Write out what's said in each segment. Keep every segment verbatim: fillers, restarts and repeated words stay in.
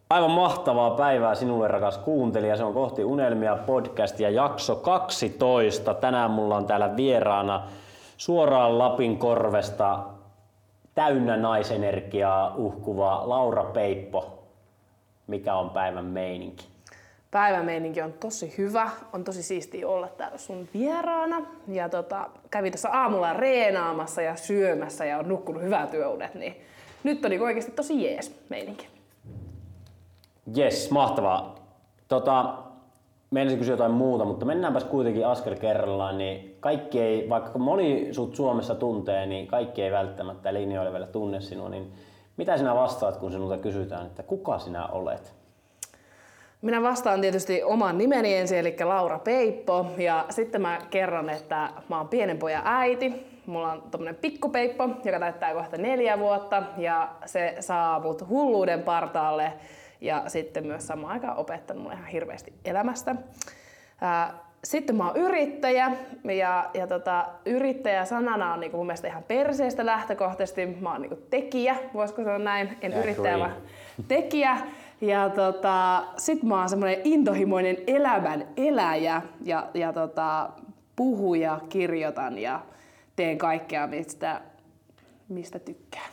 Aivan mahtavaa päivää sinulle, rakas kuuntelija. Se on Kohti unelmia podcast ja jakso kaksitoista. Tänään mulla on täällä vieraana suoraan Lapin korvesta täynnä naisenergiaa uhkuva Laura Peippo. Mikä on päivän meininki? Päivän meininki on tosi hyvä. On tosi siistiä olla täällä sun vieraana. Ja tota, kävin tuossa aamulla reenaamassa ja syömässä ja on nukkunut hyvät työunet. Niin nyt on niin oikeasti tosi jees meininki. Jes, mahtavaa. Tota, meinasin kysyä jotain muuta, mutta mennäänpäs kuitenkin askel kerrallaan. Niin kaikki ei, vaikka moni sut Suomessa tuntee, niin kaikki ei välttämättä linjoille vielä tunne sinua. Niin mitä sinä vastaat, kun sinulta kysytään, että kuka sinä olet? Minä vastaan tietysti oman nimeni ensin, eli Laura Peippo. Ja sitten mä kerron, että mä oon pienen pojan äiti. Mulla on tommonen pikkupeippo, joka täyttää kohta neljä vuotta. Ja se saa mut hulluuden partaalle. Ja sitten myös samaan aikaan opettanut mulle ihan hirveästi elämästä. Sitten mä oon yrittäjä. Ja, ja tota, yrittäjä sanana on niinku mun mielestä ihan perseestä lähtökohtaisesti. Mä oon niinku tekijä, voisiko sanoa näin? En Yeah, yrittäjä, vaan tekijä. Ja tota, sit mä oon semmonen intohimoinen elämän eläjä ja, ja tota, puhuja, kirjoitan ja teen kaikkea, mistä, mistä tykkään.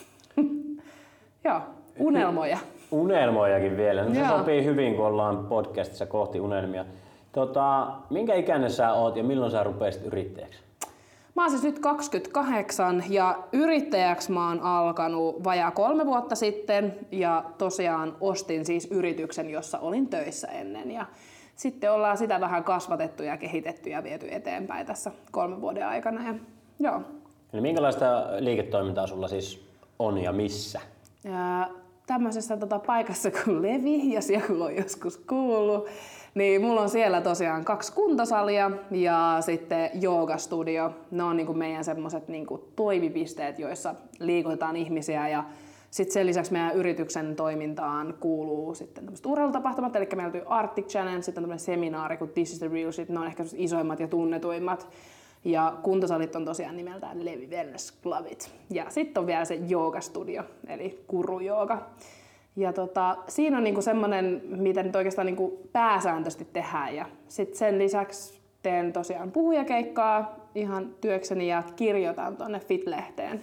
Joo, unelmoja. Unelmojakin vielä. No se Joo. sopii hyvin, kun ollaan podcastissa Kohti unelmia. Tota, minkä ikäinen sä oot ja milloin sä rupesit yrittäjäksi? Mä oon siis nyt kaksikymmentäkahdeksan ja yrittäjäksi mä oon alkanut vajaa kolme vuotta sitten ja tosiaan ostin siis yrityksen, jossa olin töissä ennen ja sitten ollaan sitä vähän kasvatettu ja kehitetty ja viety eteenpäin tässä kolmen vuoden aikana. Ja, joo. Eli minkälaista liiketoimintaa sulla siis on ja missä? Ja tämmöisessä tota, paikassa kuin Levi, jos joku on joskus kuullut, niin mulla on siellä tosiaan kaksi kuntosalia ja sitten joogastudio. Ne on niinku meidän semmoset niinku toimipisteet, joissa liikutetaan ihmisiä. Ja sitten sen lisäksi meidän yrityksen toimintaan kuuluu sitten tämmöiset urheilutapahtumat. Eli meillä on Arctic Challenge, sitten on tämmöinen seminaari kuin This is the Real Shit. Ne on ehkä isoimmat ja tunnetuimmat. Ja kuntosalit on tosiaan nimeltään Levi Wellness Clubit. Ja sitten on vielä se joogastudio, eli Kuru-jooga. Ja tota, siinä on niinku semmoinen, mitä nyt oikeastaan niinku pääsääntöisesti tehdään. Ja sitten sen lisäksi teen tosiaan puhujakeikkaa ihan työkseni ja kirjoitan tuonne Fit-lehteen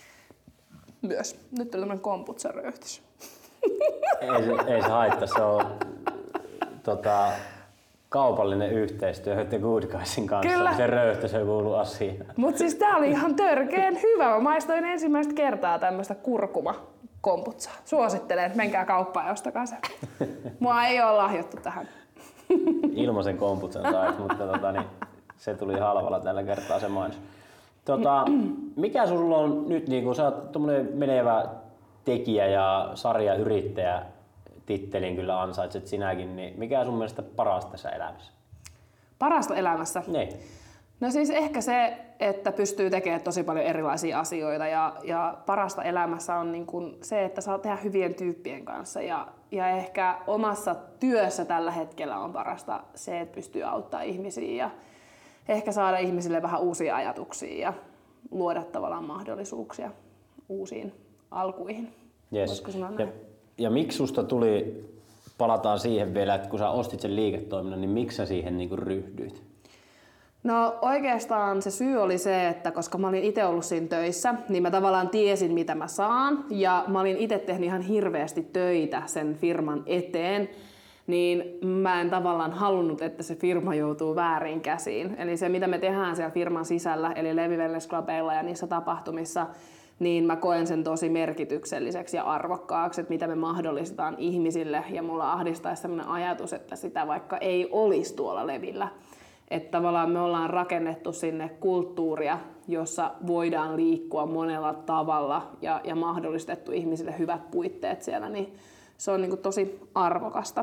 myös. Nyt tuli tämmöinen komputsaröyhtys. Ei se, ei se haittaa, se on tota, kaupallinen yhteistyö The Good Guysin kanssa. Kyllä. Se röyhtys ei kuulu asiaan. Mut siis tää oli ihan törkeen hyvä. Mä maistoin ensimmäistä kertaa tämmöistä kurkuma komputsaa. Suosittelen, menkää kauppaan ja ostakaa se. Mua ei ole lahjottu tähän. Ilmaisen komputsan sait, mutta tota, niin, se tuli halvalla tällä kertaa se mainos. Tota, mikä sulla on nyt, niin kun sä oot tommonen menevä tekijä ja sarjayrittäjä, tittelin kyllä ansaitset sinäkin, niin mikä on sun mielestä parasta tässä elämässä? Parasta elämässä? Niin. No siis ehkä se, että pystyy tekemään tosi paljon erilaisia asioita ja, ja parasta elämässä on niin kuin se, että saa tehdä hyvien tyyppien kanssa ja, ja ehkä omassa työssä tällä hetkellä on parasta se, että pystyy auttamaan ihmisiä ja ehkä saada ihmisille vähän uusia ajatuksia ja luoda tavallaan mahdollisuuksia uusiin alkuihin. Yes. Ja, ja miksi susta tuli, palataan siihen vielä, että kun sä ostit sen liiketoiminnan, niin miksi sä siihen niin kuin ryhdyit? No oikeastaan se syy oli se, että koska mä olin itse ollut siinä töissä, niin mä tavallaan tiesin mitä mä saan ja mä olin itse tehnyt ihan hirveästi töitä sen firman eteen, niin mä en tavallaan halunnut, että se firma joutuu väärin käsiin. Eli se mitä me tehdään siellä firman sisällä, eli Levi Wellness Clubeilla ja niissä tapahtumissa, niin mä koen sen tosi merkitykselliseksi ja arvokkaaksi, että mitä me mahdollistetaan ihmisille ja mulla ahdistaisi sellainen ajatus, että sitä vaikka ei olisi tuolla Levillä. Että tavallaan me ollaan rakennettu sinne kulttuuria, jossa voidaan liikkua monella tavalla ja, ja mahdollistettu ihmisille hyvät puitteet siellä, niin se on niin kuin tosi arvokasta.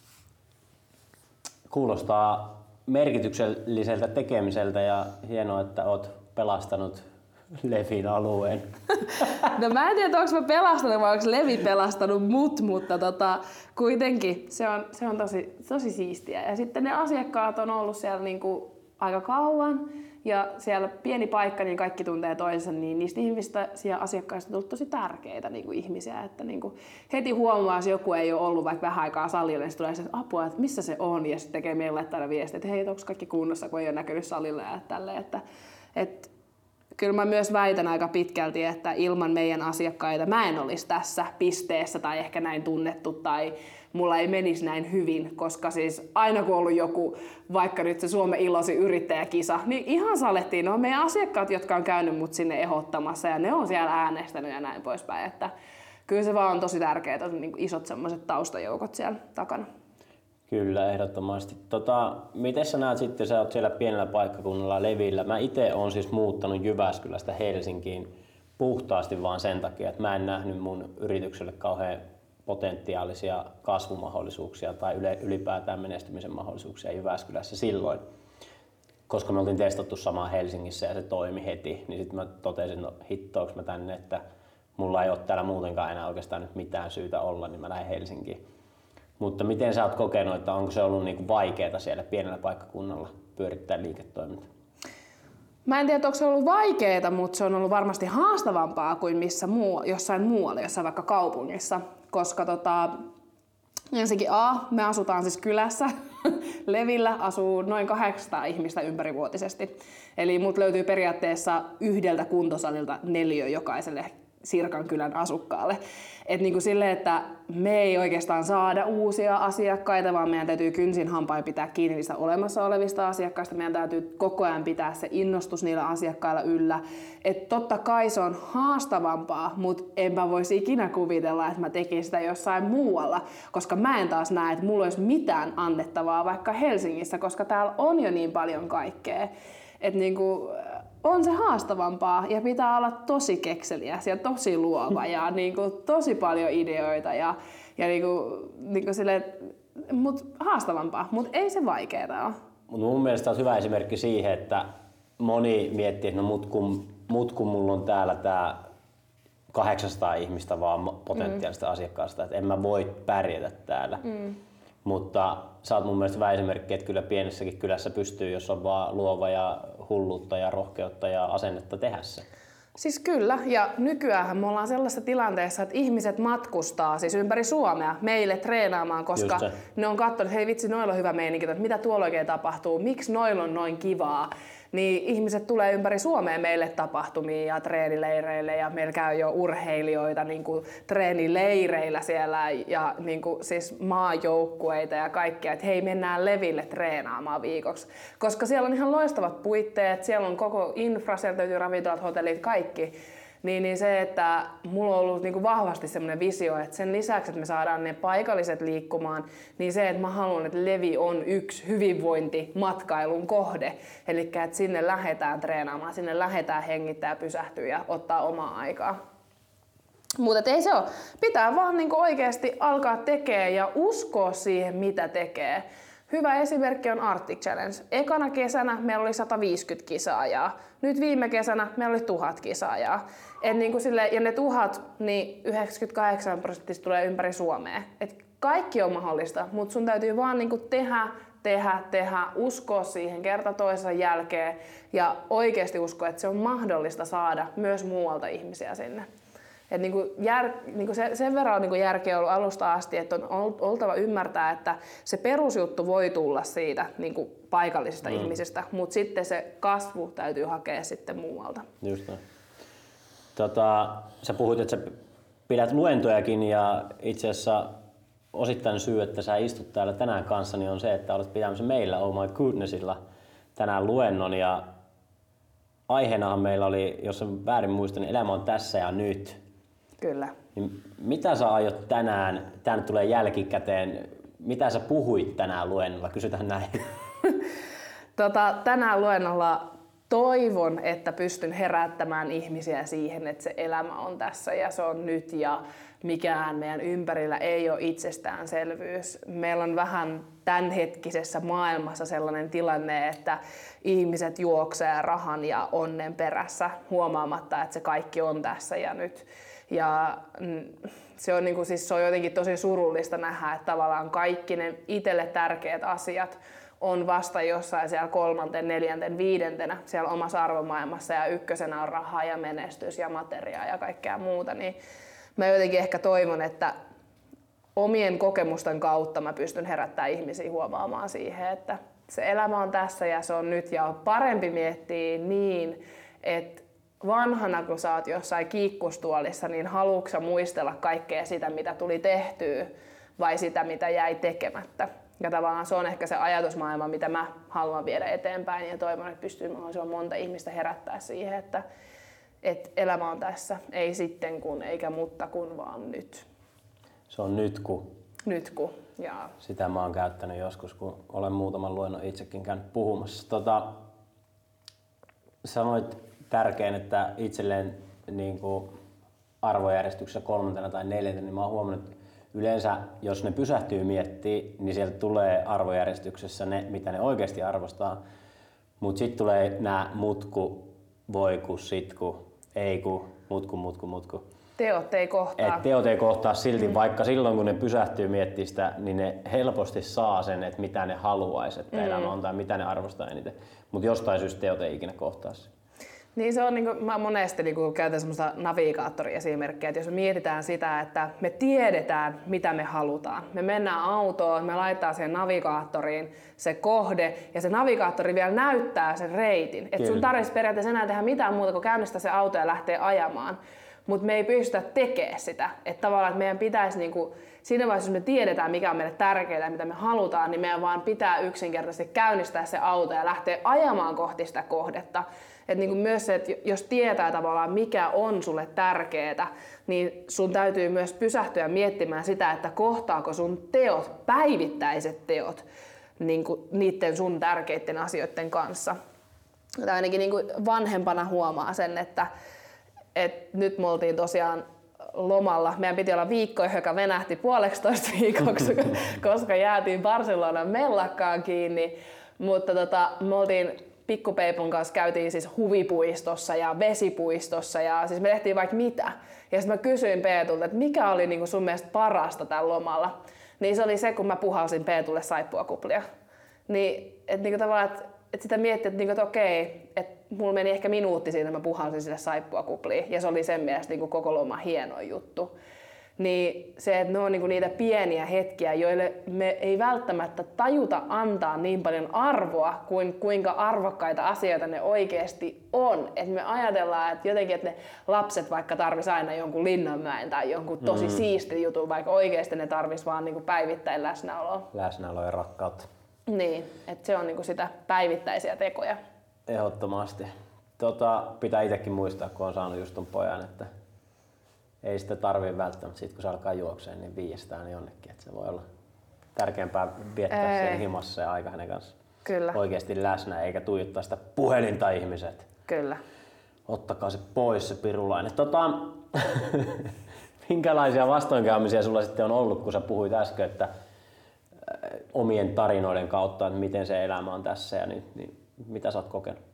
Kuulostaa merkitykselliseltä tekemiseltä ja hienoa, että oot pelastanut Levin alueen. No mä en tiedä, onko mä pelastanut vai onko Levi pelastanut mut, mutta tota, kuitenkin se on, se on tosi, tosi siistiä. Ja sitten ne asiakkaat on ollut siellä niinku aika kauan ja siellä pieni paikka, niin kaikki tuntee toisensa, niin niistä ihmistä ja asiakkaista on tullut tosi tärkeitä niin kuin ihmisiä, että niin kuin heti huomaa, jos joku ei ole ollut vaikka vähän aikaa salilla, niin se tulee se, että apua, että missä se on, ja sitten tekee meille laittaa viestiä, että hei, onko kaikki kunnossa, kun ei ole näkynyt salilla ja tälleen, että, että kyllä mä myös väitän aika pitkälti, että ilman meidän asiakkaita mä en olisi tässä pisteessä tai ehkä näin tunnettu tai mulla ei menisi näin hyvin, koska siis aina kun on ollut joku, vaikka nyt se Suomen iloisin yrittäjäkisa, niin ihan salettiin, ne on meidän asiakkaat, jotka on käynyt mut sinne ehdottamassa ja ne on siellä äänestänyt ja näin poispäin, että kyllä se vaan on tosi tärkeää, että on niin isot semmoiset taustajoukot siellä takana. Kyllä, ehdottomasti. Tota, miten sä näet sitten, sä oot siellä pienellä paikkakunnalla Levillä. Mä itse oon siis muuttanut Jyväskylästä Helsinkiin puhtaasti vaan sen takia, että mä en nähnyt mun yritykselle kauhean potentiaalisia kasvumahdollisuuksia tai ylipäätään menestymisen mahdollisuuksia Jyväskylässä silloin. Koska me oltiin testattu samaa Helsingissä ja se toimi heti, niin sitten mä totesin, no hittoaks mä tänne, että mulla ei ole täällä muutenkaan enää oikeastaan nyt mitään syytä olla, niin mä lähden Helsinkiin. Mutta miten sä oot kokenut, että onko se ollut niinku vaikeaa siellä pienellä paikkakunnalla pyörittää liiketoimintaa? Mä en tiedä, onko se ollut vaikeaa, mutta se on ollut varmasti haastavampaa kuin missä muu, jossain muualla, jossain vaikka kaupungissa. Koska tota, ensinnäkin A, me asutaan siis kylässä. Levillä asuu noin kahdeksansataa ihmistä ympärivuotisesti. Eli mut löytyy periaatteessa yhdeltä kuntosalilta neliö jokaiselle Sirkan kylän asukkaalle. Et niinku sille, että me ei oikeastaan saada uusia asiakkaita, vaan meidän täytyy kynsin hampain pitää kiinni niistä olemassa olevista asiakkaista. Meidän täytyy koko ajan pitää se innostus niillä asiakkailla yllä. Et totta kai se on haastavampaa, mutta enpä voisi ikinä kuvitella, että mä tekisin sitä jossain muualla, koska mä en taas näe, että mulla olisi mitään annettavaa vaikka Helsingissä, koska täällä on jo niin paljon kaikkea. Et niinku, on se haastavampaa ja pitää olla tosi kekseliäs ja tosi luova ja niinku tosi paljon ideoita ja, ja niinku, niinku sille, mut haastavampaa, mutta ei se vaikeaa ole. Mut mun mielestä on hyvä esimerkki siihen, että moni miettii, että no mut kun, mut kun mulla on täällä tää kahdeksansataa ihmistä vaan potentiaalista mm. asiakkaasta, että en mä voi pärjätä täällä. Mm. Mutta sä oot mun mielestä hyvä esimerkki, että kyllä pienessäkin kylässä pystyy, jos on vaan luova ja hulluutta ja rohkeutta ja asennetta tehdä se. Siis kyllä, ja nykyään me ollaan sellaisessa tilanteessa, että ihmiset matkustaa siis ympäri Suomea meille treenaamaan, koska ne on katsonut, että hei vitsi, noilla on hyvä meininki, että mitä tuolla oikein tapahtuu, miksi noilla on noin kivaa. Niin ihmiset tulee ympäri Suomea meille tapahtumiin ja treenileireille ja meillä käy jo urheilijoita niin kuin treenileireillä siellä ja niin kuin siis maajoukkueita ja kaikkea, että hei mennään Leville treenaamaan viikoksi. Koska siellä on ihan loistavat puitteet, siellä on koko infra, siellä löytyy ravintolat, hotellit, kaikki. Niin, niin se, että mulla on ollut niin kuin vahvasti semmoinen visio, että sen lisäksi, että me saadaan ne paikalliset liikkumaan, niin se, että mä haluan, että Levi on yksi hyvinvointimatkailun kohde. Eli että sinne lähdetään treenaamaan, sinne lähdetään hengittää ja pysähtyä ja ottaa omaa aikaa. Mutta ei se ole. Pitää vaan niin kuin oikeasti alkaa tekemään ja uskoa siihen, mitä tekee. Hyvä esimerkki on Arctic Challenge. Ekana kesänä meillä oli sata viisikymmentä kisaajaa. Nyt viime kesänä meillä oli tuhat kisaajaa. Et niin kuin sille, ja ne tuhat, niin yhdeksänkymmentäkahdeksan prosenttista tulee ympäri Suomea. Et kaikki on mahdollista, mutta sun täytyy vaan niin kuin tehdä, tehdä, tehdä, uskoa siihen kerta toisensa jälkeen ja oikeasti uskoa, että se on mahdollista saada myös muualta ihmisiä sinne. Et niinku jär, niinku se, sen verran on niinku järkeä ollut alusta asti, että on oltava ymmärtää, että se perusjuttu voi tulla siitä niinku paikallisista mm. ihmisistä, mutta sitten se kasvu täytyy hakea sitten muualta. Just näin. Tota, sä puhuit, että sä pidät luentojakin ja itse asiassa osittain syy, että sä istut täällä tänään kanssani on se, että olet pitämässä meillä Oh My Goodnessilla tänään luennon ja aiheenahan meillä oli, jos en väärin muista, niin elämä on tässä ja nyt. Kyllä. Niin mitä sä aiot tänään, tänne tulee jälkikäteen, mitä sä puhuit tänään luennolla? Kysytään näin. Tota, tänään luennolla toivon, että pystyn herättämään ihmisiä siihen, että se elämä on tässä ja se on nyt ja mikään meidän ympärillä ei ole itsestäänselvyys. Meillä on vähän tämänhetkisessä maailmassa sellainen tilanne, että ihmiset juoksee rahan ja onnen perässä huomaamatta, että se kaikki on tässä ja nyt. Ja se on, niin kuin, siis se on jotenkin tosi surullista nähdä, että tavallaan kaikki ne itselle tärkeät asiat on vasta jossain siellä kolmanten, neljänten, viidentenä siellä omassa arvomaailmassa ja ykkösenä on raha ja menestys ja materia ja kaikkea muuta, niin mä jotenkin ehkä toivon, että omien kokemusten kautta mä pystyn herättämään ihmisiä huomaamaan siihen, että se elämä on tässä ja se on nyt ja on parempi miettiä niin, että vanhana kun sä oot jossain kiikkustuolissa, niin haluatko muistella kaikkea sitä, mitä tuli tehtyä vai sitä, mitä jäi tekemättä. Ja tavallaan se on ehkä se ajatusmaailma, mitä mä haluan viedä eteenpäin ja toivon, että pystyy mahdollisimman monta ihmistä herättää siihen, että, että elämä on tässä, ei sitten kun eikä mutta kun, vaan nyt. Se on nyt kun. Nyt kun, jaa. Sitä mä oon käyttänyt joskus, kun olen muutaman luennon itsekin käynyt puhumassa. Tota, sanoit tärkein, että itselleen niin kuin arvojärjestyksessä kolmantena tai neljäntenä, niin mä oon huomannut, että yleensä jos ne pysähtyy miettimään, niin sieltä tulee arvojärjestyksessä ne, mitä ne oikeasti arvostaa. Mutta sitten tulee nämä mutku, voiku, sitku, eiku, mutku, mutku, mutku. Teot ei kohtaa. Et teot ei kohtaa silti, mm. vaikka silloin kun ne pysähtyy miettimään sitä, niin ne helposti saa sen, että mitä ne haluaisi, että mm. elämä on tai mitä ne arvostaa eniten. Mutta jostain syystä teot ei ikinä kohtaa sitä. Niin se on, niin kuin, mä monesti niin kuin käytän semmoista navigaattoriesimerkkiä, että jos me mietitään sitä, että me tiedetään mitä me halutaan. Me mennään autoon, me laitetaan siihen navigaattoriin se kohde ja se navigaattori vielä näyttää sen reitin. Että sun tarvitsisi periaatteessa enää tehdä mitään muuta kuin käynnistää se auto ja lähteä ajamaan. Mutta me ei pystytä tekemään sitä. Että tavallaan että meidän pitäisi, niin kuin, siinä vaiheessa jos me tiedetään mikä on meille tärkeää ja mitä me halutaan, niin meidän vaan pitää yksinkertaisesti käynnistää se auto ja lähteä ajamaan kohti sitä kohdetta. Et niin kuin myös se, että jos tietää tavallaan mikä on sulle tärkeää, niin sun täytyy myös pysähtyä miettimään sitä, että kohtaako sun teot, päivittäiset teot, niin kuin niiden sun tärkeiden asioiden kanssa. Tai ainakin niin kuin vanhempana huomaa sen, että et nyt me oltiin tosiaan lomalla. Meidän piti olla viikko, joka venähti puoleksitoista viikoksi, koska jäätiin Barcelonan mellakkaan kiinni. Mutta tota, me oltiin pikkupeipun kanssa, käytiin siis huvipuistossa ja vesipuistossa ja siis me tehtiin vaikka mitä. Ja sitten mä kysyin Peetulta, että mikä oli niinku sun mielestä parasta tällä lomalla. Niin se oli se, kun mä puhalsin Peetulle saippuakuplia. Niin, että niinku tavallaan, että et sitä miettii, että, niinku, että okei, että mulla meni ehkä minuutti siinä, että mä puhalsin sille saippuakupliin. Ja se oli sen mielestä niinku koko loma hieno juttu. Niin se, että ne on niinku niitä pieniä hetkiä, joille me ei välttämättä tajuta antaa niin paljon arvoa, kuin kuinka arvokkaita asioita ne oikeasti on. Et me ajatellaan, että jotenkin, että ne lapset vaikka tarvis aina jonkun Linnanmäen tai jonkun tosi mm. siisti jutun, vaikka oikeasti ne tarvis vaan niinku päivittäin läsnäoloa. Läsnäoloa ja rakkautta. Niin, että se on niinku sitä päivittäisiä tekoja. Ehdottomasti. Tota, pitää itsekin muistaa, kun on saanut just ton pojan, että ei sitä tarvii välttämättä, sit kun se alkaa juokseen, niin viiestään jonnekin. Että se voi olla tärkeämpää viettää sen himassa ja aika hänen kanssa. Kyllä. Oikeasti läsnä, eikä tuijottaa sitä puhelinta ihmiset. Kyllä. Ottakaa se pois, se pirulainen. Tota, minkälaisia vastoinkäymisiä sulla sitten on ollut, kun sä puhuit äsken, että omien tarinoiden kautta, että miten se elämä on tässä ja nyt, niin mitä sä oot kokenut?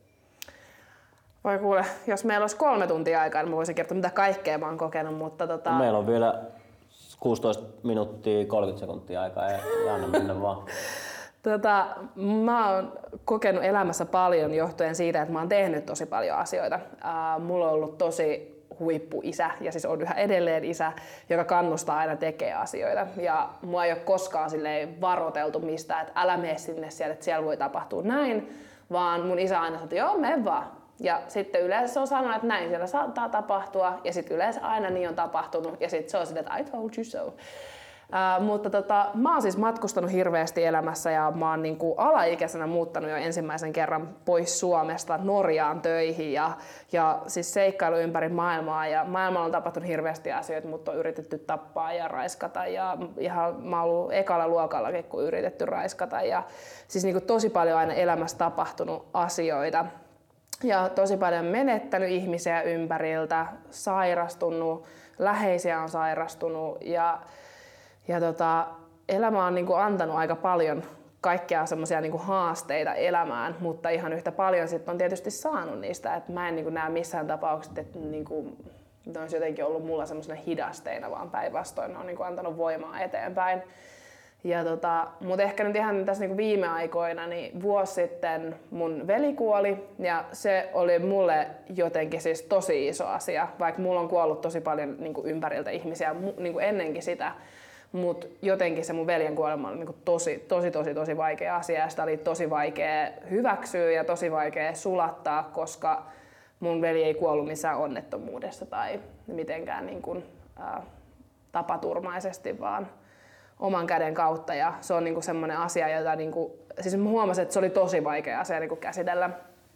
Voi kuule, jos meillä olisi kolme tuntia aikaa, niin mä voisin kertoa, mitä kaikkea mä oon kokenut, mutta tota... No, meillä on vielä kuusitoista minuuttia kolmekymmentä sekuntia aikaa ja, ja anna mennä vaan. Tota, mä oon kokenut elämässä paljon johtuen siitä, että mä oon tehnyt tosi paljon asioita. Ää, mulla on ollut tosi huippuisä ja siis on yhä edelleen isä, joka kannustaa aina tekemään asioita. Ja mua ei ole koskaan silleen varoteltu mistään, että älä mene sinne siellä, että siellä voi tapahtua näin, vaan mun isä aina sanoi, että joo, mene vaan. Ja sitten yleensä se on sanonut, että näin siellä saattaa tapahtua, ja sitten yleensä aina niin on tapahtunut, ja sitten se on sitten, että I told you so. Uh, mutta tota, mä oon siis matkustanut hirveästi elämässä, ja mä oon niinku alaikäisenä muuttanut jo ensimmäisen kerran pois Suomesta Norjaan töihin, ja, ja siis seikkailu ympäri maailmaa, ja maailmalla on tapahtunut hirveästi asioita, mutta on yritetty tappaa ja raiskata, ja ihan mä oon ollut ekalla luokallakin, kun yritetty raiskata, ja siis niinku tosi paljon aina elämässä tapahtunut asioita. Ja tosi paljon menettänyt ihmisiä ympäriltä, sairastunut, läheisiä on sairastunut ja, ja tota, elämä on niinku antanut aika paljon kaikkia semmoisia niinku haasteita elämään, mutta ihan yhtä paljon sit on tietysti saanut niistä. Et mä en niinku näe missään tapauksessa, että niinku, ne olisi jotenkin ollut mulla semmoisena hidasteina, vaan päinvastoin ne on niinku antanut voimaa eteenpäin. Ja tota, mutta ehkä nyt ihan tässä niinku viime aikoina, niin vuosi sitten mun veli kuoli ja se oli mulle jotenkin siis tosi iso asia, vaikka mulla on kuollut tosi paljon niinku ympäriltä ihmisiä niinku ennenkin sitä. Mutta jotenkin se mun veljen kuolema oli niinku tosi, tosi, tosi, tosi vaikea asia ja sitä oli tosi vaikea hyväksyä ja tosi vaikea sulattaa, koska mun veli ei kuollut missään onnettomuudessa tai mitenkään niinku, ää, tapaturmaisesti, vaan oman käden kautta. Ja se on niinku semmoinen asia, jota niinku, siis mä huomasin, että se oli tosi vaikea asia niinku käsitellä.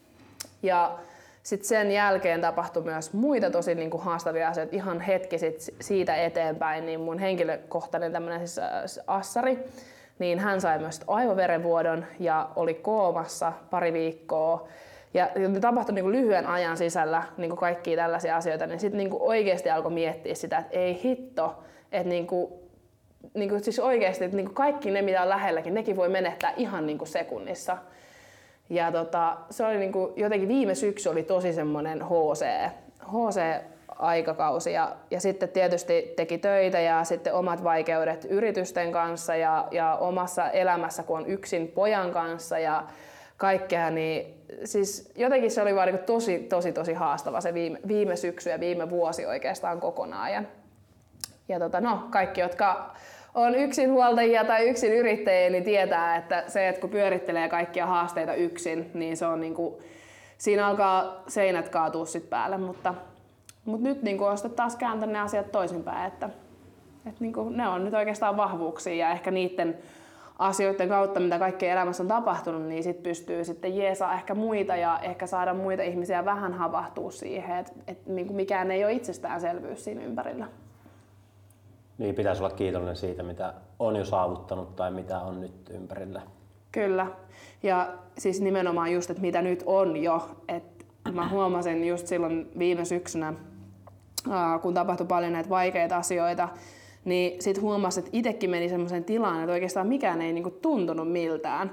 Ja sitten sen jälkeen tapahtui myös muita tosi niinku haastavia asioita. Ihan hetki sit siitä eteenpäin, niin mun henkilökohtainen tämmönen siis assari, niin hän sai myös aivoverenvuodon ja oli koomassa pari viikkoa. Ja ne tapahtui niinku lyhyen ajan sisällä niinku kaikkia tällaisia asioita, niin sitten niinku oikeasti alkoi miettiä sitä, että ei hitto, että niinku, niinku siis oikeasti että niinku kaikki ne, mitä on lähelläkin, nekin voi menettää ihan niinku sekunnissa. Ja tota, se oli niinku, jotenkin viime syksy oli tosi semmoinen H C, H C-aikakausi ja, ja sitten tietysti teki töitä ja sitten omat vaikeudet yritysten kanssa ja, ja omassa elämässä, kun on yksin pojan kanssa ja kaikkea, niin siis jotenkin se oli vaan niinku tosi, tosi, tosi haastava se viime, viime syksy ja viime vuosi oikeastaan kokonaan. Ja, ja tota, no, kaikki, jotka on yksinhuoltajia tai yksin yrittäjiä, niin tietää, että se, että kun pyörittelee kaikkia haasteita yksin, niin se on niinku, siinä alkaa seinät kaatua sit päälle, mutta, mutta nyt niinku on sitten taas kääntänyt ne asiat toisinpäin, että, että niinku, ne on nyt oikeastaan vahvuuksia ja ehkä niiden asioiden kautta, mitä kaikkea elämässä on tapahtunut, niin sit pystyy sitten jeesaa ehkä muita ja ehkä saada muita ihmisiä vähän havahtua siihen, että, että niinku mikään ei ole itsestäänselvyys siinä ympärillä. Niin, pitäisi olla kiitollinen siitä, mitä on jo saavuttanut tai mitä on nyt ympärillä. Kyllä. Ja siis nimenomaan just, että mitä nyt on jo. Et mä huomasin just silloin viime syksynä, kun tapahtui paljon näitä vaikeita asioita, niin sit huomasin, että itsekin meni semmoisen tilaan, että oikeastaan mikään ei niinku tuntunut miltään.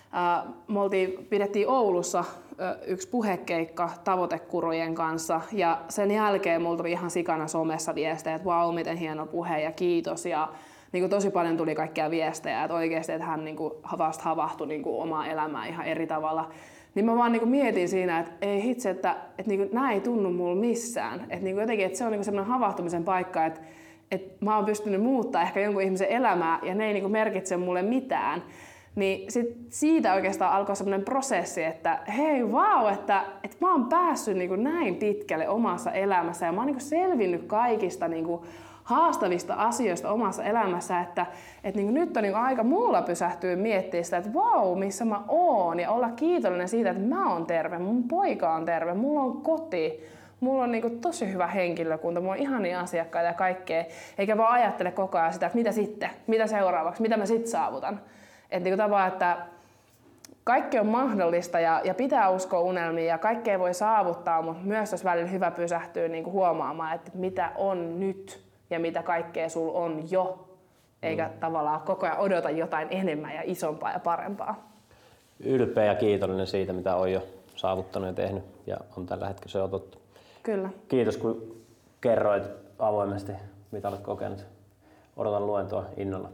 Me oltiin, pidettiin Oulussa yksi puhekeikka tavoitekurujen kanssa ja sen jälkeen mulla tuli ihan sikana somessa viestejä, että vau, miten hieno puhe ja kiitos. Ja niin kuin tosi paljon tuli kaikkia viestejä, että oikeasti että hän niin kuin vasta havahtui niin kuin omaa elämää ihan eri tavalla. Niin mä vaan niin kuin mietin siinä, että ei hitse, että, että niin kuin nämä ei tunnu mulla missään. Että niin kuin jotenkin, että se on niin kuin semmoinen havahtumisen paikka, että, että mä oon pystynyt muuttaa ehkä jonkun ihmisen elämää ja ne ei niin kuin merkitse mulle mitään. Niin sit siitä oikeastaan alkoi semmoinen prosessi, että hei vau, että, että mä oon päässyt niin kuin näin pitkälle omassa elämässä ja mä oon niin kuin selvinnyt kaikista niin kuin haastavista asioista omassa elämässä, että, että niin kuin nyt on niin kuin aika mulla pysähtyä miettimään sitä, että vau, missä mä oon ja olla kiitollinen siitä, että mä oon terve, mun poika on terve, mulla on koti, mulla on niin kuin tosi hyvä henkilökunta, mulla on ihania asiakkaita ja kaikkea, eikä vaan ajattele koko ajan sitä, että mitä sitten, mitä seuraavaksi, mitä mä sit saavutan. Että niin tavallaan, että kaikki on mahdollista ja, ja pitää uskoa unelmiin ja kaikkea voi saavuttaa, mutta myös olisi välillä hyvä pysähtyä niin kuin huomaamaan, että mitä on nyt ja mitä kaikkea sulla on jo, eikä mm. tavallaan koko ajan odota jotain enemmän ja isompaa ja parempaa. Ylpeä ja kiitollinen siitä, mitä on jo saavuttanut ja tehnyt ja on tällä hetkellä se on totta. Kyllä. Kiitos, kun kerroit avoimesti, mitä olet kokenut. Odotan luentoa innolla.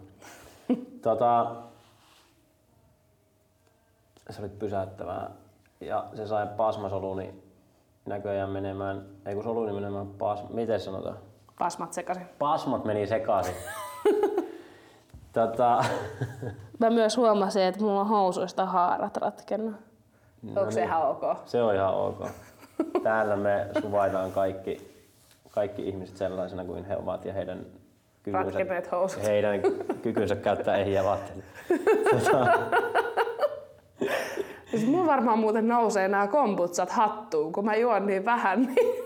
tota, Se oli pysäyttävää ja se sai pasmasoluni näköjään menemään, ei kun soluni menemään pas, miten sanotaan? Pasmat sekaisin. Pasmat meni sekaisin. tota... Mä myös huomasin, että mulla on housuista haarat ratkennut. No Onko niin, se ihan ok? Se on ihan ok. Täällä me suvaitaan kaikki, kaikki ihmiset sellaisena kuin he ovat ja heidän kykynsä, heidän kykynsä käyttää ehjiä vaatteita. Tota... Siis mulla varmaan muuten nousee nämä kombutsat hattuun, kun mä juon niin vähän. Niin...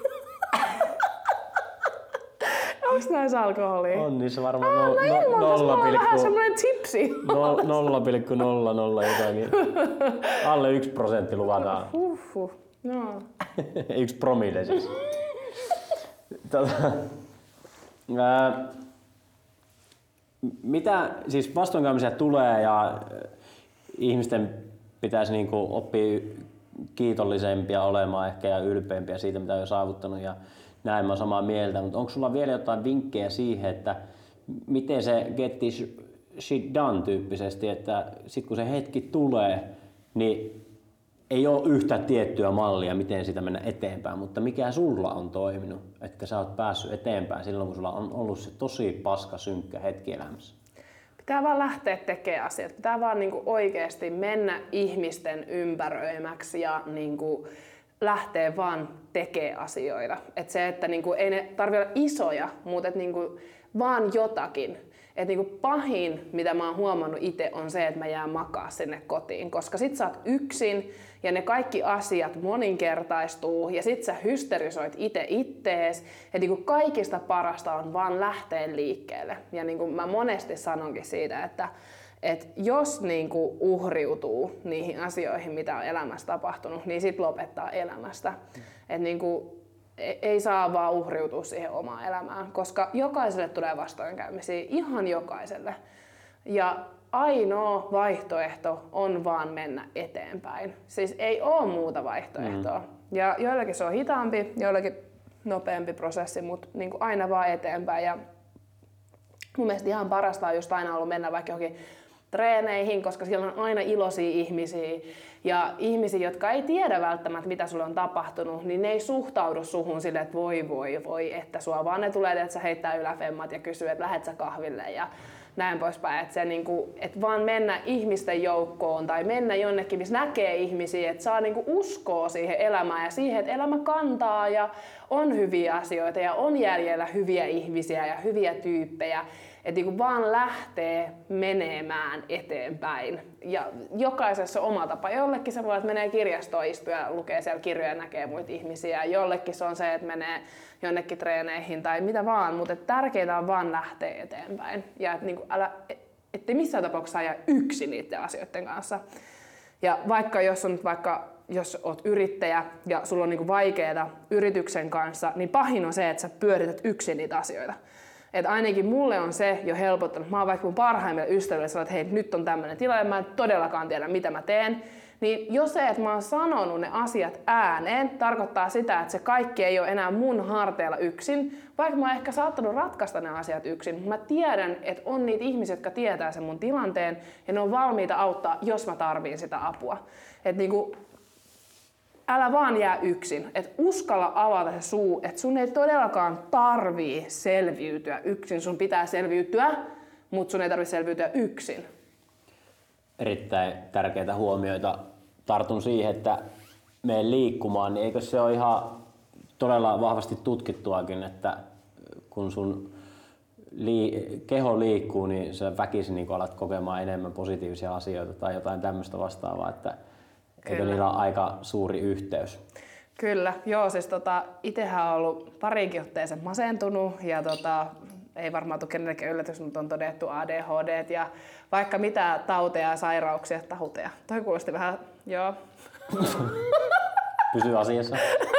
Onks näissä alkoholia? On niissä varmaan no, no, nolla pilkku vähän semmonen tipsi. nolla pilkku nolla nolla jotakin. Alle yksi prosentti luvataan. Uhuh. No. Yksi promille siis. Tota, ää, mitä siis vastoinkäymisiä tulee ja ihmisten pitäisi niinku oppia kiitollisempia olemaan ehkä ja ylpeämpiä siitä, mitä on jo saavuttanut ja näin mä oon samaa mieltä, mutta onko sulla vielä jotain vinkkejä siihen, että miten se get this shit done tyyppisesti, että sit kun se hetki tulee, niin ei ole yhtä tiettyä mallia, miten sitä mennä eteenpäin, mutta mikä sulla on toiminut, että sä oot päässyt eteenpäin silloin, kun sulla on ollut se tosi paska, synkkä hetki elämässä? Pitää vaan lähteä tekemään asiat. Pitää vaan niinku oikeasti mennä ihmisten ympäröimäksi ja niinku lähteä vaan tekemään asioita. Et se, että niinku ei ne tarvitse olla isoja, mutta et niinku vaan jotakin. Et niinku pahin, mitä mä oon huomannut itse, on se, että mä jään makaa sinne kotiin. Koska sit sä oot yksin ja ne kaikki asiat moninkertaistuu ja sit sä hysterisoit itse ittees. Et niinku kaikista parasta on vaan lähteä liikkeelle. Ja niinku mä monesti sanonkin siitä, että et jos niinku uhriutuu niihin asioihin, mitä on elämässä tapahtunut, niin sit lopettaa elämästä. Et niinku ei saa vaan uhriutua siihen omaan elämään, koska jokaiselle tulee vastoinkäymisiä, ihan jokaiselle. Ja ainoa vaihtoehto on vaan mennä eteenpäin. Siis ei ole muuta vaihtoehtoa. Mm. Ja joillakin se on hitaampi, joillakin nopeampi prosessi, mutta niin kuin aina vaan eteenpäin. Ja mun mielestä ihan parasta on just aina ollut mennä vaikka johonkin treeneihin, koska siellä on aina iloisia ihmisiä ja ihmisiä, jotka ei tiedä välttämättä, mitä sulle on tapahtunut, niin ne ei suhtaudu suhun silleen, että voi voi voi, että sua vaan ne tulee, että sä heittää yläfemmat ja kysyy, että lähet sä kahville ja näin poispäin. Että, se, niin kuin, että vaan mennä ihmisten joukkoon tai mennä jonnekin, missä näkee ihmisiä, että saa niin kuin uskoa siihen elämään ja siihen, että elämä kantaa ja on hyviä asioita ja on jäljellä hyviä ihmisiä ja hyviä tyyppejä. Että niin vaan lähtee menemään eteenpäin. Ja jokaisessa on oma tapa. Jollekin se voi, että menee kirjastoon, istuu ja lukee siellä kirjoja ja näkee muita ihmisiä. Jollekin se on se, että menee jonnekin treeneihin tai mitä vaan. Mutta tärkeintä on vaan lähteä eteenpäin. Ja että niin älä, ettei missään tapauksessa jää yksin niiden asioiden kanssa. Ja vaikka jos on vaikka jos oot yrittäjä ja sulla on niin vaikeaa yrityksen kanssa, niin pahin on se, että sä pyörität yksin niitä asioita. Et ainakin mulle on se jo helpottanut. Mä oon vaikka mun parhaimmille ystäville sanonut, että hei, nyt on tämmöinen tilanne, mä en todellakaan tiedä, mitä mä teen. Niin jo se, että mä oon sanonut ne asiat ääneen, tarkoittaa sitä, että se kaikki ei ole enää mun harteilla yksin. Vaikka mä oon ehkä saattanut ratkaista ne asiat yksin, mutta mä tiedän, että on niitä ihmisiä, jotka tietää sen mun tilanteen ja ne on valmiita auttaa, jos mä tarviin sitä apua. Et niinku, älä vaan jää yksin. Et uskalla avata se suu, että sun ei todellakaan tarvii selviytyä yksin. Sun pitää selviytyä, mutta sun ei tarvitse selviytyä yksin. Erittäin tärkeitä huomioita. Tartun siihen, että mene liikkumaan, niin eikö se ole ihan todella vahvasti tutkittuakin, että kun sun lii- keho liikkuu, niin sä väkisin niin alat kokemaan enemmän positiivisia asioita tai jotain tämmöistä vastaavaa. Että eikö niillä ole aika suuri yhteys? Kyllä, joo, siis tota, itsehän on ollut pariinkin otteeseen masentunut ja tota, ei varmaan tule kenellekään yllätys, mutta on todettu A D H D ja vaikka mitä tauteja ja sairauksia, tauteja. Toi kuulosti vähän, joo. Pysy asiassa.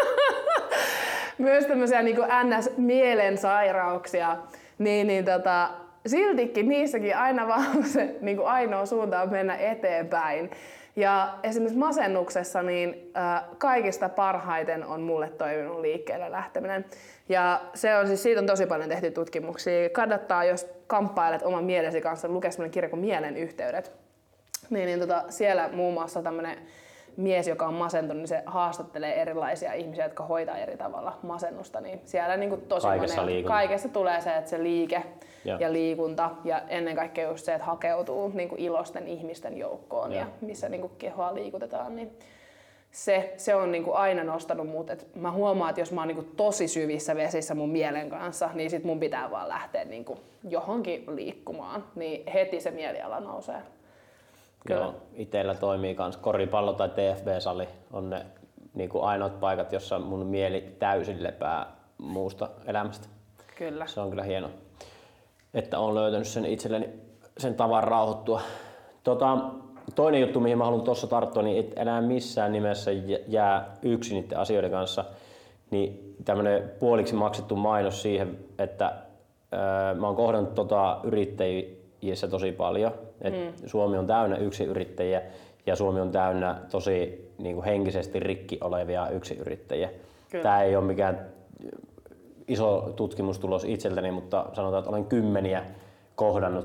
Myös tämmöisiä niin kuin N S-mielensairauksia, niin, niin tota, siltikin niissäkin aina vaan se niin kuin ainoa suunta on mennä eteenpäin. Ja esimerkiksi masennuksessa niin äh, kaikista parhaiten on mulle toiminut liikkeelle lähteminen. Ja se on siis, siitä on tosi paljon tehty tutkimuksia. Kannattaa, jos kamppailet oman mielesi kanssa, lukea sellainen kirja kuin Mielen yhteydet. Niin, niin tota, siellä muun muassa tämmöinen mies, joka on masentunut, niin se haastattelee erilaisia ihmisiä, jotka hoitaa eri tavalla masennusta. Niin siellä niin kuin tosi kaikessa, monen, kaikessa tulee se, että se liike ja, ja liikunta ja ennen kaikkea just se, että hakeutuu niin kuin iloisten ihmisten joukkoon ja, ja missä niin kuin kehoa liikutetaan. Niin se, se on niin kuin aina nostanut mut. Et mä huomaan, että jos mä oon niin kuin tosi syvissä vesissä mun mielen kanssa, niin sit mun pitää vaan lähteä niin kuin johonkin liikkumaan. Niin heti se mieliala nousee. Kyllä. Joo, itellä toimii kans koripallo tai T F B-sali on ne niin kuin ainoat paikat, jossa mun mieli täysin lepää muusta elämästä. Kyllä. Se on kyllä hieno, että olen löytänyt sen itselleni sen tavan rauhoittua. Tota, toinen juttu, mihin mä haluan tuossa tarttua, niin et enää missään nimessä jää yksin niiden asioiden kanssa. Niin tämmönen puoliksi maksettu mainos siihen, että ää, mä oon kohdannut tota yrittäjissä tosi paljon. Et mm. Suomi on täynnä yksinyrittäjiä ja Suomi on täynnä tosi niin kuin henkisesti rikki olevia yksinyrittäjiä. Tämä ei ole mikään iso tutkimustulos itseltäni, mutta sanotaan, että olen kymmeniä kohdannut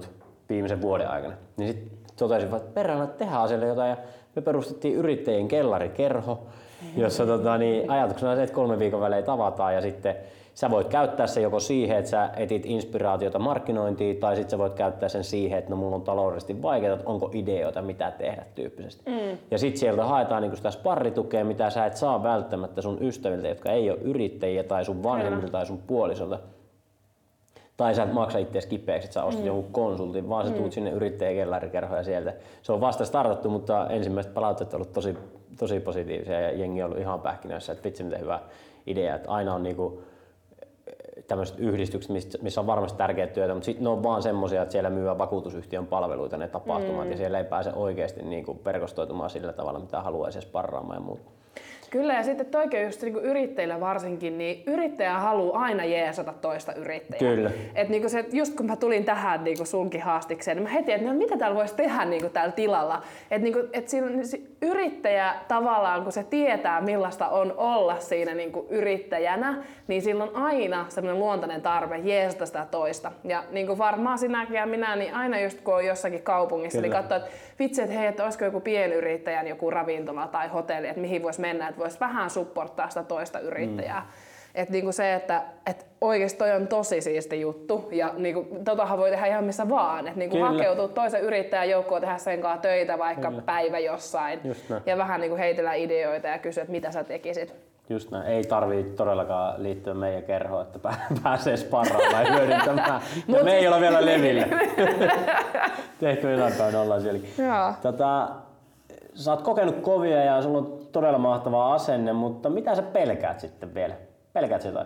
viimeisen vuoden aikana. Niin sit totesin, että perään, että tehdään asialle jotain ja me perustettiin yrittäjien kellarikerho, jossa tota, niin, ajatuksena on se, että kolmen viikon välein tavataan ja sitten sä voit käyttää se joko siihen, että sä etit inspiraatiota markkinointiin tai sitten sä voit käyttää sen siihen, että no mulla on taloudellisesti vaikeaa, että onko ideoita mitä tehdä tyyppisesti. Mm. Ja sitten sieltä haetaan niinku sitä sparritukea, mitä sä et saa välttämättä sun ystäviltä, jotka ei ole yrittäjiä tai sun vanhemmilta tai sun puolisolta. Tai sä et maksa itseäsi kipeäksi, että sä ostat mm. jonkun konsultin, vaan sä tuut mm. sinne yrittäjäkellarikerhoon ja sieltä. Se on vasta startattu, mutta ensimmäiset palautteet on ollut tosi, tosi positiivisia ja jengi on ollut ihan pähkinöissä, että vitsi miten hyvä idea. Että aina on niinku tämmöiset yhdistykset, missä on varmasti tärkeää työtä, mutta sitten ne on vaan semmoisia, että siellä myyvät vakuutusyhtiön palveluita ne tapahtumat mm. ja siellä ei pääse oikeasti niinku verkostoitumaan sillä tavalla, mitä haluaisi ja sparraamaan ja muuta. Kyllä, ja sitten toikin just niin yrittäjillä varsinkin, niin yrittäjä haluaa aina jeesata toista yrittäjää. Kyllä. Et niin se, just kun mä tulin tähän niin sunkin haastikseen, niin mä heti, että no, mitä täällä voisi tehdä niin täällä tilalla. Että niin et siinä, yrittäjä tavallaan, kun se tietää millaista on olla siinä niin yrittäjänä, niin sillä on aina semmoinen luontainen tarve jeesata sitä toista. Ja niin varmaan sinäkin ja minä, niin aina just kun on jossakin kaupungissa, Kyllä. niin katsoo, että vitsi, että hei, että olisiko joku pienyrittäjän joku ravintola tai hotelli, että mihin voisi mennä, että voisi vähän supporttaa sitä toista yrittäjää. Mm. Että niinku se, että et oikeasti toi on tosi siisti juttu ja niinku, totahan voi tehdä ihan missä vaan. Että niinku hakeutuu toisen yrittäjän joukkoon, tehdä sen kanssa töitä vaikka Kyllä. päivä jossain ja vähän niinku heitellä ideoita ja kysyä, että mitä sä tekisit. Just näin. Ei tarvii todellakaan liittyä meidän kerhoon, että pääsee sparraamaan ja hyödyntämään. Ja me ei olla vielä levillä. Tehkö jonain päivänä ollaan sielläkin. Tota, sä oot kokenut kovia ja sulla on todella mahtava asenne, mutta mitä sä pelkäät sitten vielä? Pelkäät sä jotain?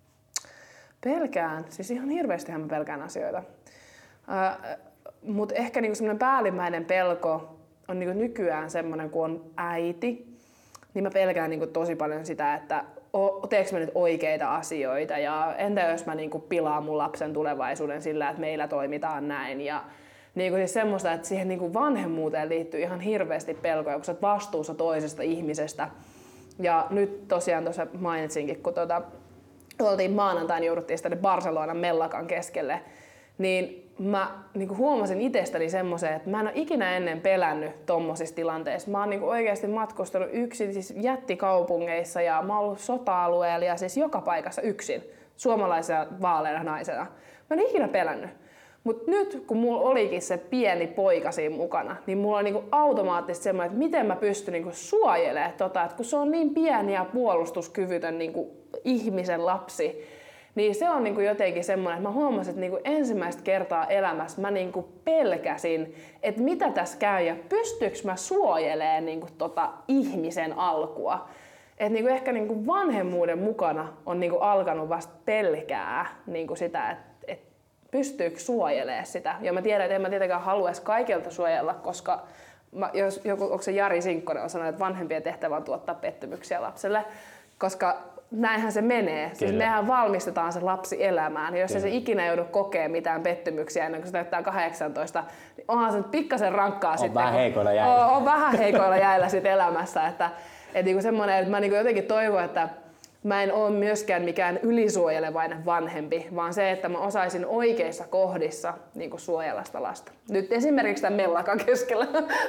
Pelkään. Siis ihan hirveästihän mä pelkään asioita. Äh, Mutta ehkä niinku semmoinen päällimmäinen pelko on niinku nykyään semmoinen, kun on äiti, niin mä pelkään niinku tosi paljon sitä, että teekö mä nyt oikeita asioita ja entä jos mä niinku pilaan mun lapsen tulevaisuuden sillä, että meillä toimitaan näin. Ja niinku siis semmoista, että siihen niinku vanhemmuuteen liittyy ihan hirveästi pelkoja, kun sä oot vastuussa toisesta ihmisestä. Ja nyt tosiaan tuossa mainitsinkin, kun tuota, oltiin maanantaina, jouduttiin tänne Barcelonan mellakan keskelle, niin mä niin huomasin itsestäni semmoisen, että mä en ole ikinä ennen pelännyt tommosissa tilanteissa. Mä oon niin oikeasti matkustanut yksin siis jättikaupungeissa ja mä oon ollut sota-alueella ja siis joka paikassa yksin suomalaisena vaaleana naisena. Mä en ikinä pelännyt. Mutta nyt kun mulla olikin se pieni poika siinä mukana, niin mulla on niinku automaattisesti semmoinen, että miten mä pystyn niinku suojelemaan tota, että kun se on niin pieni ja puolustuskyvytön niinku ihmisen lapsi, niin se on niinku jotenkin semmoinen, että mä huomasin, että niinku ensimmäistä kertaa elämässä mä niinku pelkäsin, että mitä tässä käy ja pystyykö mä suojelemaan niinku tota ihmisen alkua. Et niinku ehkä niinku vanhemmuuden mukana on niinku alkanut vasta pelkää niinku sitä, että pystyykö suojelemaan sitä. Ja mä tiedän, että en mä tietenkään haluaisi kaikilta suojella, koska mä, jos joku, onko se Jari Sinkkonen on sanonut, että vanhempien tehtävä on tuottaa pettymyksiä lapselle, koska näinhän se menee. Siis mehän valmistetaan se lapsi elämään. Ja jos se ikinä joudu kokea mitään pettymyksiä ennen kuin se täyttää kahdeksantoista, niin onhan se nyt pikkasen rankkaa on sitten. Vähän heikoilla jäillä. On, on vähän heikoilla jäillä sit elämässä. Että, et niinku semmoinen, että mä niinku jotenkin toivon, että mä en ole myöskään mikään ylisuojelevainen vanhempi, vaan se, että mä osaisin oikeissa kohdissa niin suojella sitä lasta. Nyt esimerkiksi tämän mellakan keskellä.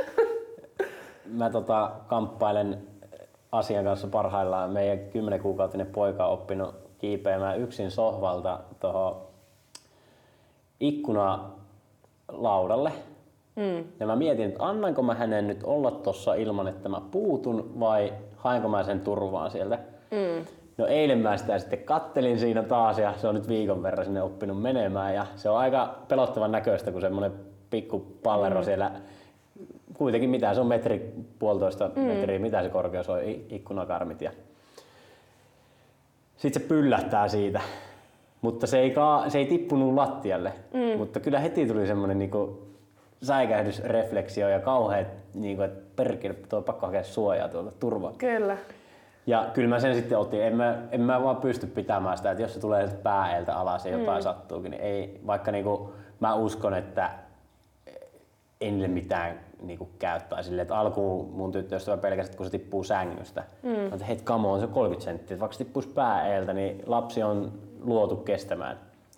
Mä tota, kamppailen asian kanssa parhaillaan. Meidän kymmenkuukautinen poika on oppinut kiipeämään yksin sohvalta tuohon ikkunalaudalle. Mm. Ja mä mietin, että annanko mä hänen nyt olla tossa ilman, että mä puutun vai haenko mä sen turvaan sieltä. Mm. No eilen mä sitä sitten kattelin siinä taas ja se on nyt viikon verran sinne oppinut menemään ja se on aika pelottavan näköistä, kun semmonen pikku pallero mm. siellä, kuitenkin mitä se on metri, puolitoista mm. metriä, mitä se korkeus on, ikkunakarmit ja sitten se pyllähtää siitä, mutta se ei, ka- se ei tippunut lattialle, mm. mutta kyllä heti tuli semmonen niinku säikähdysrefleksio ja kauheet, niinku, että perkele, tuo on pakko hakea suojaa tuolta, turvaa. Kyllä. Ja kyllä mä sen sitten otin, en mä, en mä vaan pysty pitämään sitä, että jos se tulee pääeltä alas ja jotain mm. sattuukin, niin ei, vaikka niinku, mä uskon, että ei niille mitään niinku käy. Tai silleen, että alkuun mun tyttöystävä pelkäsi, että kun se tippuu sängystä, mm. että hei, come on, se on kolmekymmentä senttiä, että vaikka se tippuisi pääeltä, niin lapsi on luotu kestämään.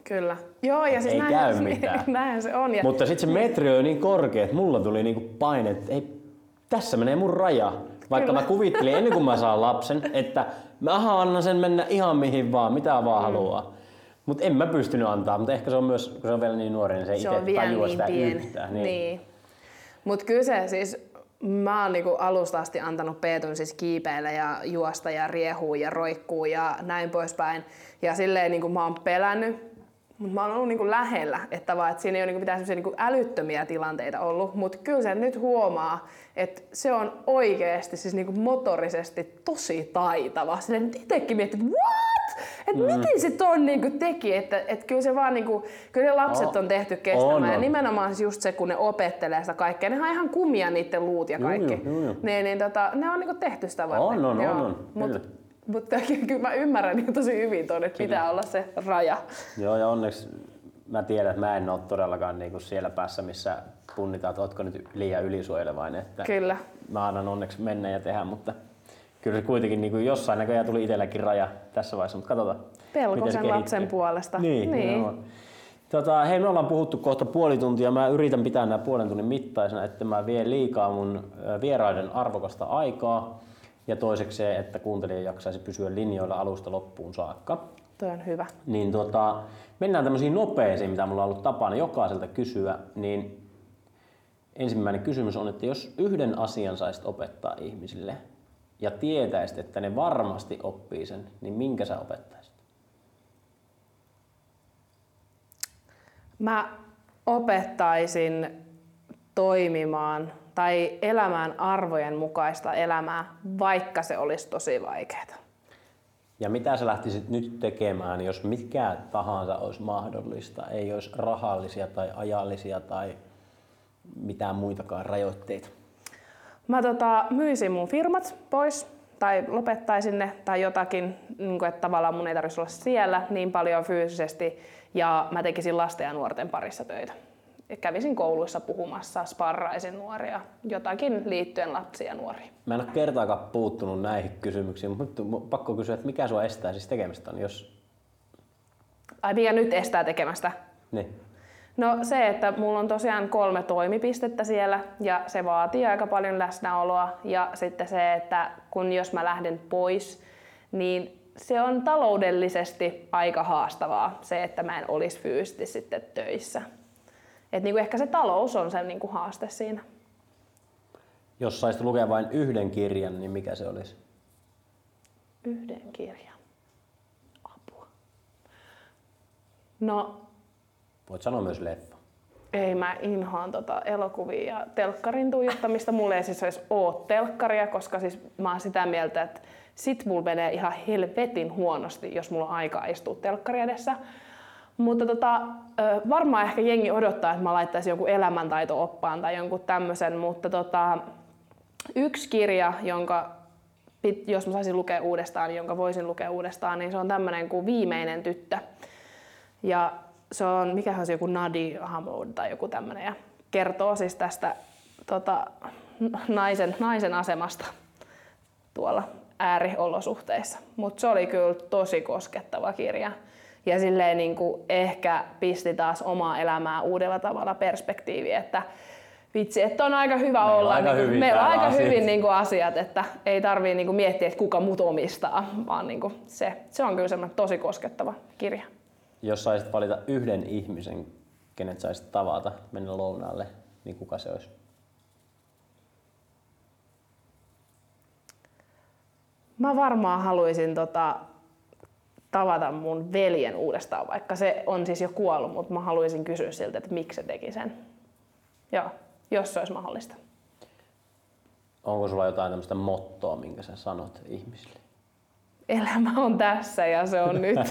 Kyllä. Joo, ja siis ei näin, käy se, mitään. näin se on. Ja Mutta sitten se metri on niin korkea, että mulla tuli niinku paine, että ei, tässä menee mun raja. Vaikka Kyllä. mä kuvittelin ennen kuin mä saan lapsen, että mä annan sen mennä ihan mihin vaan, mitä vaan mm. haluaa. Mutta en mä pystynyt antaa, mutta ehkä se on myös, kun se on vielä niin nuori, niin se, se itse tajua niin sitä pieni. Yhtään. Niin. niin. Mutta kyllä se siis, mä oon niinku alusta asti antanut Peetun siis kiipeillä ja juosta ja riehuu ja roikkuu ja näin poispäin. Ja silleen niinku mä oon pelännyt. Mutta mä oon ollut niinku lähellä, että, vaan, että siinä ei ole niinku mitään niinku älyttömiä tilanteita ollut, mutta kyllä se nyt huomaa, että se on oikeasti siis niinku motorisesti tosi taitava. Silleen itsekin miettii, että what? Et mm. miten se ton niinku teki? Että et kyllä se vaan niinku, kyllä ne lapset on tehty kestämään. On, ja nimenomaan siis just se, kun ne opettelee sitä kaikkea. Nehän on ihan kumia niiden luut ja kaikki. Juu, juu, juu. Ne, niin tota, ne on niinku tehty sitä varten. On, on, on. on. Mut, Mutta kyllä mä ymmärrän niin tosi hyvin tuon, että pitää olla se raja. Joo, ja onneksi mä tiedän, että mä en ole todellakaan niinku siellä päässä, missä punnitaan, että ootko nyt liian ylisuojelevainen. Että kyllä. Mä annan onneksi mennä ja tehdä, mutta kyllä se kuitenkin niinku jossain näköjään tuli itselläkin raja tässä vaiheessa, mutta katsotaan. Pelkosen lapsen puolesta. Niin, niin. Tota, hei, me ollaan puhuttu kohta puoli tuntia. Mä yritän pitää nämä puolen tunnin mittaisena, että mä vien liikaa mun vieraiden arvokasta aikaa. Ja toiseksi se, että kuuntelija jaksaisi pysyä linjoilla alusta loppuun saakka. Toi on hyvä. Niin tota, mennään tämmöisiin nopeisiin, mitä mulla on ollut tapana jokaiselta kysyä. Niin ensimmäinen kysymys on, että jos yhden asian saisit opettaa ihmisille ja tietäisit, että ne varmasti oppii sen, niin minkä sä opettaisit? Mä opettaisin toimimaan tai elämään arvojen mukaista elämää, vaikka se olisi tosi vaikeaa. Ja mitä sä lähtisit nyt tekemään, jos mikä tahansa olisi mahdollista, ei olisi rahallisia tai ajallisia tai mitään muitakaan rajoitteita? Mä tota, myisin mun firmat pois tai lopettaisin ne tai jotakin, niin kuin, että tavallaan mun ei tarvitsisi olla siellä niin paljon fyysisesti ja mä tekisin lasten ja nuorten parissa töitä. Kävisin kouluissa puhumassa, sparraisin nuoria, jotakin liittyen lapsiin ja nuoriin. Mä en ole kertaakaan puuttunut näihin kysymyksiin, mutta pakko kysyä, että mikä sua estää siis tekemästä, jos... Ai mikä nyt estää tekemästä? Niin. No se, että mulla on tosiaan kolme toimipistettä siellä ja se vaatii aika paljon läsnäoloa. Ja sitten se, että kun jos mä lähden pois, niin se on taloudellisesti aika haastavaa se, että mä en olisi fyysisesti sitten töissä. Et niinku ehkä se talous on se niinku haaste siinä. Jos saisit lukea vain yhden kirjan, niin mikä se olisi? Yhden kirjan. Apua. No. Voit sanoa myös leffa. Ei, mä inhoan tota elokuvia ja telkkarin tuijottamista. Mulla ei siis edes oo telkkaria, koska siis mä oon sitä mieltä, että sit mulla menee ihan helvetin huonosti, jos mulla on aikaa istua telkkari edessä. Mutta tota, varmaan ehkä jengi odottaa, että mä laittaisin jonkun elämäntaito-oppaan tai jonkun tämmöisen, mutta tota, yksi kirja, jonka jos mä saisin lukea uudestaan, jonka voisin lukea uudestaan, niin se on tämmöinen kuin Viimeinen tyttö. Ja se on, mikähän se joku Nadi Hamoud tai joku tämmöinen, ja kertoo siis tästä tota, naisen, naisen asemasta tuolla ääriolosuhteissa. Mutta se oli kyllä tosi koskettava kirja. Ja silleen niin kuin ehkä pisti taas omaa elämää uudella tavalla perspektiiviin, että vitsi, että on aika hyvä meillä olla. Aika niin hyvin meillä on aika asiat. hyvin niin kuin asiat, että ei tarvitse niin kuin miettiä, että kuka mut omistaa, vaan niin kuin se, se on kyllä semmoinen tosi koskettava kirja. Jos saisit valita yhden ihmisen, kenet saisit tavata, mennä lounaalle, niin kuka se olisi? Mä varmaan haluaisin tota, tavata mun veljen uudestaan, vaikka se on siis jo kuollut, mutta mä haluaisin kysyä siltä, että miksi se teki sen. Joo, jos se olisi mahdollista. Onko sulla jotain tämmöistä mottoa, minkä sä sanot ihmisille? Elämä on tässä ja se on nyt.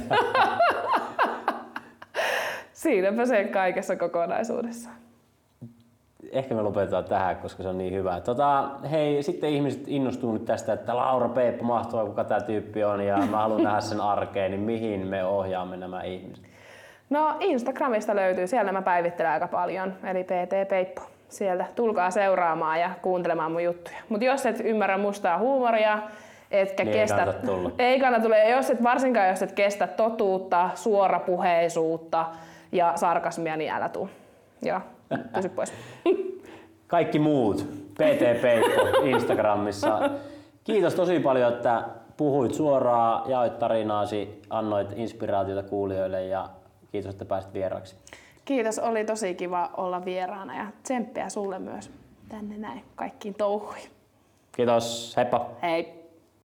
Siinäpä se kaikessa kokonaisuudessa. Ehkä me lopetetaan tähän, koska se on niin hyvä. Tota, hei, sitten ihmiset innostuu nyt tästä, että Laura Peeppo, mahtavaa kuka tää tyyppi on ja mä haluan nähdä sen arkeen, niin mihin me ohjaamme nämä ihmiset? No Instagramista löytyy, siellä mä päivittelen aika paljon, eli P T Peippo. Sieltä tulkaa seuraamaan ja kuuntelemaan mun juttuja. Mutta jos et ymmärrä mustaa huumoria, etkä niin kestä, ei kannata tulla. Ei kannata tulla. Ja jos et, varsinkaan jos et kestä totuutta, suorapuheisuutta ja sarkasmia, niin älä tuu. Joo, pysy pois. Kaikki muut, P T Peikko Instagramissa. Kiitos tosi paljon, että puhuit suoraan, jaoit tarinaasi, annoit inspiraatiota kuulijoille ja kiitos, että pääsit vieraaksi. Kiitos, oli tosi kiva olla vieraana ja tsemppiä sulle myös tänne näin kaikkiin touhuihin. Kiitos, heippa! Hei!